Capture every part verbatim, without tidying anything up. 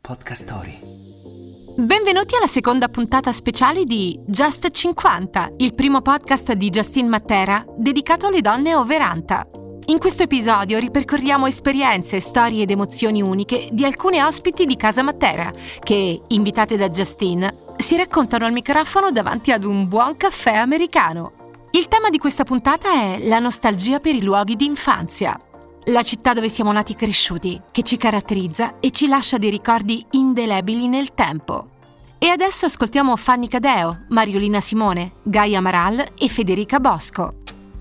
Podcast Story. Benvenuti alla seconda puntata speciale di Just cinquanta, il primo podcast di Justine Matera dedicato alle donne over ottanta. In questo episodio ripercorriamo esperienze, storie ed emozioni uniche di alcune ospiti di Casa Matera che, invitate da Justine, si raccontano al microfono davanti ad un buon caffè americano. Il tema di questa puntata è la nostalgia per i luoghi di infanzia. La città dove siamo nati e cresciuti, che ci caratterizza e ci lascia dei ricordi indelebili nel tempo. E adesso ascoltiamo Fanny Cadeo, Mariolina Simone, Gaia Maral e Federica Bosco.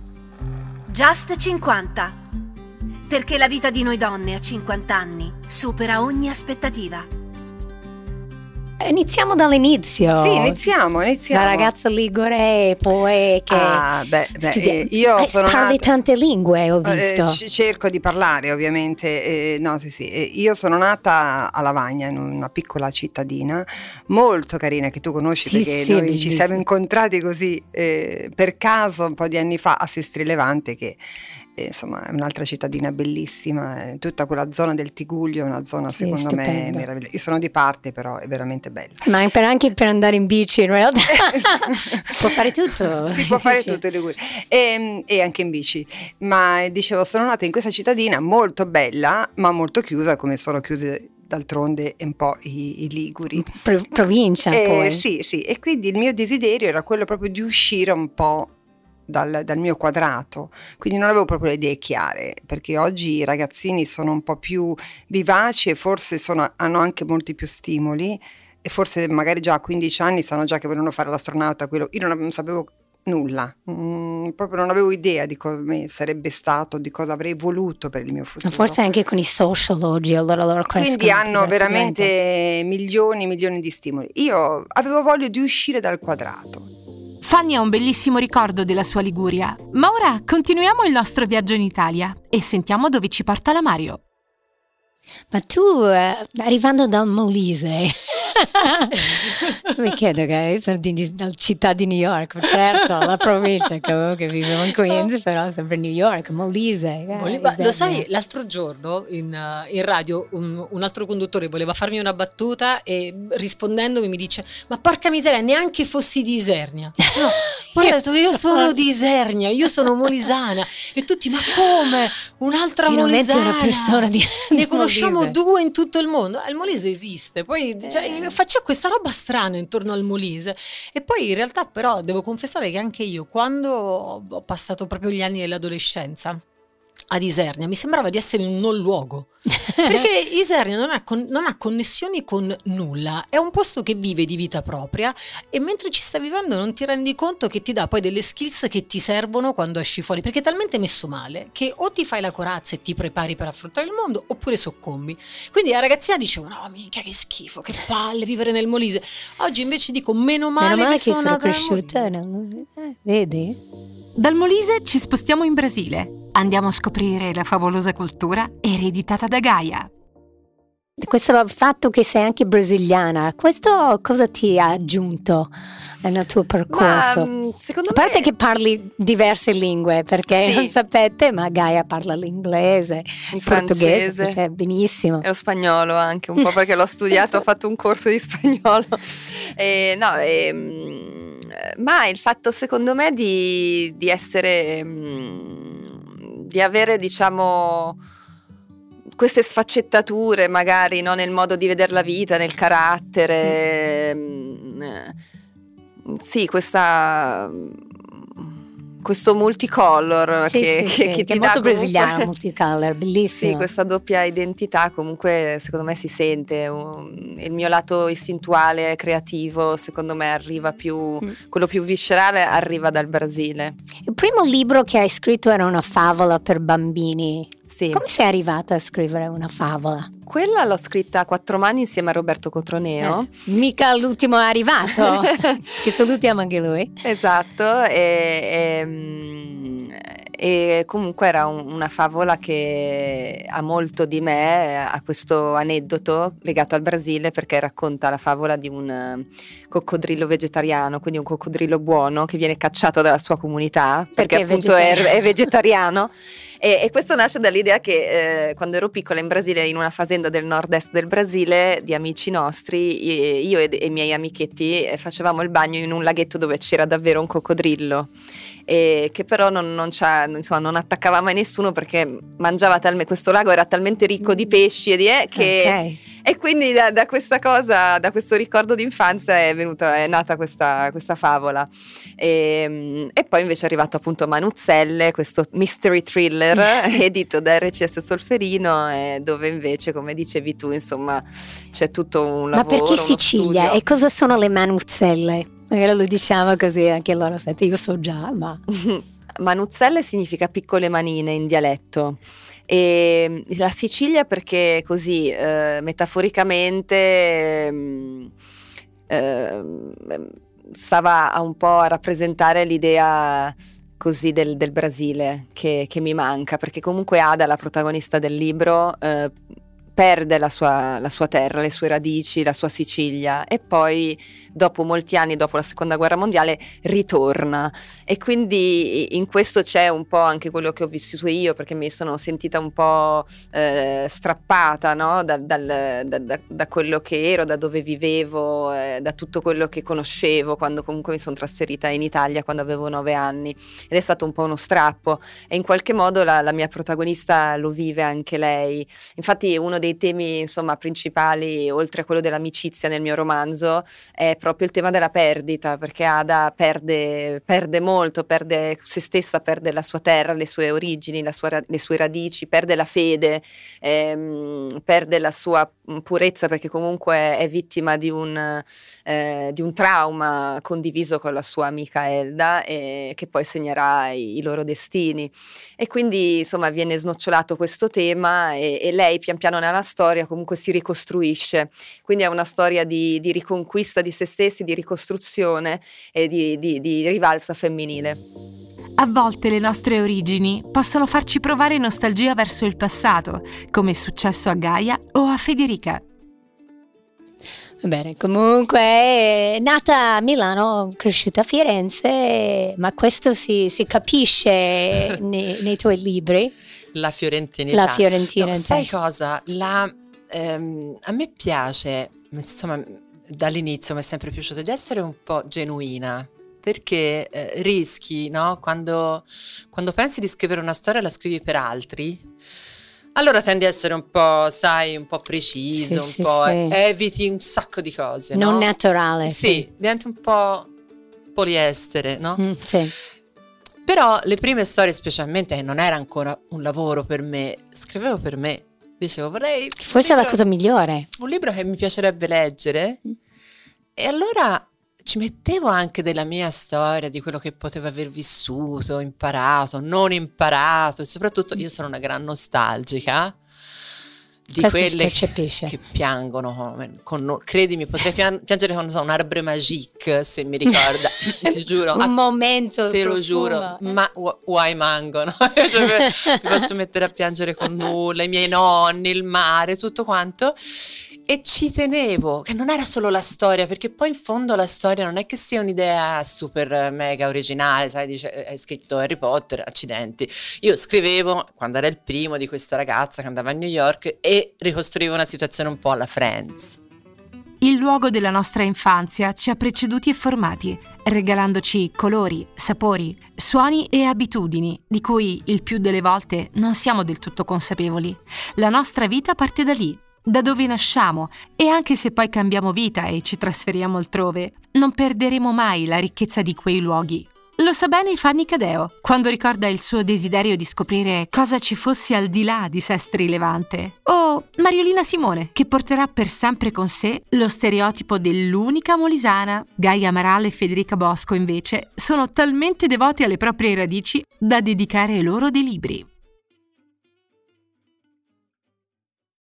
Just cinquanta. Perché la vita di noi donne a cinquanta anni supera ogni aspettativa. Iniziamo dall'inizio. Sì, iniziamo, iniziamo. La ragazza ligure, poi che ah, beh, beh, studia- io eh, sono parli nata... tante lingue, ho visto. Eh, c- cerco di parlare, ovviamente. Eh, no, sì, sì. Eh, io sono nata a Lavagna, in una piccola cittadina molto carina che tu conosci, Sì, perché sì, noi bellissima. ci siamo incontrati così eh, per caso un po' di anni fa a Sestri Levante, che eh, insomma è un'altra cittadina bellissima. Eh, tutta quella zona del Tigullio è una zona Sì, secondo me stupenda. meravigliosa. Io sono di parte, però è veramente bella. Ma per anche per andare in bici in realtà si può fare tutto. Si può fare Sì. tutto in Liguria e, e anche in bici, ma dicevo, sono nata in questa cittadina molto bella ma molto chiusa, come sono chiuse d'altronde un po' i, i liguri. Pro- provincia Eh, poi. sì, sì, e quindi il mio desiderio era quello proprio di uscire un po' dal, dal mio quadrato, quindi non avevo proprio le idee chiare, perché oggi i ragazzini sono un po' più vivaci e forse sono, hanno anche molti più stimoli, e forse magari già a quindici anni sanno già che vogliono fare l'astronauta. Quello io non, non sapevo nulla, mm, proprio non avevo idea di come sarebbe stato, di cosa avrei voluto per il mio futuro. Forse anche con i social oggi, allora loro Quindi crescono hanno più veramente rapidamente. milioni e milioni di stimoli. Io avevo voglia di uscire dal quadrato. Fanny ha un bellissimo ricordo della sua Liguria, ma ora continuiamo il nostro viaggio in Italia e sentiamo dove ci porta la Mario. Ma tu, eh, arrivando dal Molise, mi chiedo che sono di, di, dalla città di New York, certo, la provincia, comunque vivevo in Queens, però sempre New York, Molise. eh, Vole- ma lo esatto. sai, l'altro giorno in, uh, in radio un, un altro conduttore voleva farmi una battuta e rispondendomi mi dice: ma porca miseria, neanche fossi di Isernia. No, guarda, ho detto, io sono di Isernia, io sono molisana. E tutti: ma come? Un'altra Finalmente molisana? una persona di Ne conosciamo Molise. due in tutto il mondo. Eh, Il Molise esiste, poi cioè, faccia questa roba strana intorno al Molise. E poi in realtà però devo confessare che anche io, quando ho passato proprio gli anni dell'adolescenza ad Isernia, mi sembrava di essere in un non luogo, perché Isernia non ha, con- non ha connessioni con nulla, è un posto che vive di vita propria e mentre ci sta vivendo non ti rendi conto che ti dà poi delle skills che ti servono quando esci fuori, perché è talmente messo male che o ti fai la corazza e ti prepari per affrontare il mondo oppure soccombi. Quindi la ragazzina dicevo: no minchia, che schifo, che palle vivere nel Molise. Oggi invece dico: meno male, Meno male che che sono sono nata nel cresciuta, Molise. nel- eh, vedi? Dal Molise ci spostiamo in Brasile. Andiamo a scoprire la favolosa cultura ereditata da Gaia. Questo fatto che sei anche brasiliana, questo cosa ti ha aggiunto nel tuo percorso? Ma, mm, secondo A parte me che parli diverse lingue, perché Sì. non sapete, ma Gaia parla l'inglese, il portoghese, francese cioè benissimo. e lo spagnolo anche, un po' perché l'ho studiato, ho fatto un corso di spagnolo. E, no, e, mm, ma il fatto secondo me di, di essere, mm, di avere diciamo queste sfaccettature magari, no, nel modo di vedere la vita, nel carattere, mm, eh, sì, questa questo multicolor Sì, che, sì, che, sì, che che ti è dà molto comunque- brasiliano, multicolor, bellissimo. Sì, questa doppia identità comunque secondo me si sente. um, Il mio lato istintuale, creativo, secondo me arriva più, Mm. quello più viscerale arriva dal Brasile. Il primo libro che hai scritto era una favola per bambini. Sì. Come sei arrivata a scrivere una favola? Quella l'ho scritta a quattro mani insieme a Roberto Cotroneo. Eh, mica l'ultimo arrivato, che salutiamo anche lui. Esatto, e, e, mm, e comunque era un- una favola che ha molto di me, ha questo aneddoto legato al Brasile perché racconta la favola di un eh, coccodrillo vegetariano, quindi un coccodrillo buono che viene cacciato dalla sua comunità perché, Perché è appunto è, vegetariano. è vegetariano E, e questo nasce dall'idea che eh, quando ero piccola in Brasile, in una fazenda del nord-est del Brasile, di amici nostri, io e, e i miei amichetti eh, facevamo il bagno in un laghetto dove c'era davvero un coccodrillo, e che però non, non, c'ha, insomma, non attaccava mai nessuno perché mangiava talmente, questo lago era talmente ricco di pesci e di eh, che... Okay. E quindi da, da questa cosa, da questo ricordo d'infanzia è venuta, è nata questa, questa favola. E, e poi invece è arrivato appunto Manuzzelle, questo mystery thriller edito da R C S Solferino, eh, dove invece, come dicevi tu, insomma, c'è tutto un lavoro. Ma perché Sicilia? Studio. E cosa sono le Manuzzelle? Magari lo diciamo così anche loro, senti, io so già, ma... Manuzzelle significa piccole manine in dialetto. E la Sicilia perché così eh, metaforicamente eh, eh, stava a un po' a rappresentare l'idea così del, del Brasile che, che mi manca, perché comunque Ada, la protagonista del libro, eh, perde la sua, la sua terra, le sue radici, la sua Sicilia, e poi dopo molti anni, dopo la seconda guerra mondiale, ritorna, e quindi in questo c'è un po' anche quello che ho vissuto io, perché mi sono sentita un po' eh, strappata, no? da, dal, da, da, da quello che ero, da dove vivevo, eh, da tutto quello che conoscevo quando comunque mi sono trasferita in Italia quando avevo nove anni, ed è stato un po' uno strappo, e in qualche modo la, la mia protagonista lo vive anche lei. Infatti uno dei temi, insomma, principali, oltre a quello dell'amicizia nel mio romanzo, è proprio il tema della perdita, perché Ada perde, perde molto, perde se stessa, perde la sua terra, le sue origini, la sua, le sue radici, perde la fede, ehm, perde la sua purezza, perché comunque è vittima di un, eh, di un trauma condiviso con la sua amica Elda, e che poi segnerà i, i loro destini. E quindi insomma viene snocciolato questo tema, e, e lei pian piano nella storia comunque si ricostruisce, quindi è una storia di, di riconquista di se stessi, di ricostruzione e di, di, di rivalsa femminile. A volte le nostre origini possono farci provare nostalgia verso il passato, come è successo a Gaia o a Federica. Bene, comunque è nata a Milano, cresciuta a Firenze, ma questo si, si capisce nei, nei tuoi libri. La fiorentinità. La fiorentina. No, sai cosa? La, ehm, a me piace, insomma, dall'inizio mi è sempre piaciuto di essere un po' genuina, perché eh, rischi, no? Quando, quando pensi di scrivere una storia, la scrivi per altri, allora tendi a essere un po', sai, un po' preciso, Sì, un sì, po' sì. eviti un sacco di cose, Non no? naturale. Sì, diventi un po' poliestere, no? Mm, sì. Però le prime storie, specialmente, non era ancora un lavoro per me, scrivevo per me. Dicevo, vorrei... Forse è un la libro- cosa migliore. Un libro che mi piacerebbe leggere. E allora ci mettevo anche della mia storia, di quello che potevo aver vissuto, imparato, non imparato. E soprattutto io sono una gran nostalgica di Questo si quelle percepisce. che piangono con, con- credimi, potrei pian- piangere con, non so, un arbre magique, se mi ricorda, ti giuro. Un Ah, momento te lo profumo. giuro, ma wh- why mango, no? Cioè, mi posso mettere a piangere con nulla, i miei nonni, il mare, tutto quanto. E ci tenevo, che non era solo la storia, perché poi in fondo la storia non è che sia un'idea super mega originale, sai, dice, hai scritto Harry Potter, accidenti. Io scrivevo, quando era il primo, di questa ragazza che andava a New York e ricostruivo una situazione un po' alla Friends. Il luogo della nostra infanzia ci ha preceduti e formati, regalandoci colori, sapori, suoni e abitudini di cui il più delle volte non siamo del tutto consapevoli. La nostra vita parte da lì, da dove nasciamo, e anche se poi cambiamo vita e ci trasferiamo altrove, non perderemo mai la ricchezza di quei luoghi. Lo sa bene Fanny Cadeo, quando ricorda il suo desiderio di scoprire cosa ci fosse al di là di Sestri Levante. O Mariolina Simone, che porterà per sempre con sé lo stereotipo dell'unica molisana. Gaia Amaral e Federica Bosco, invece, sono talmente devoti alle proprie radici da dedicare loro dei libri.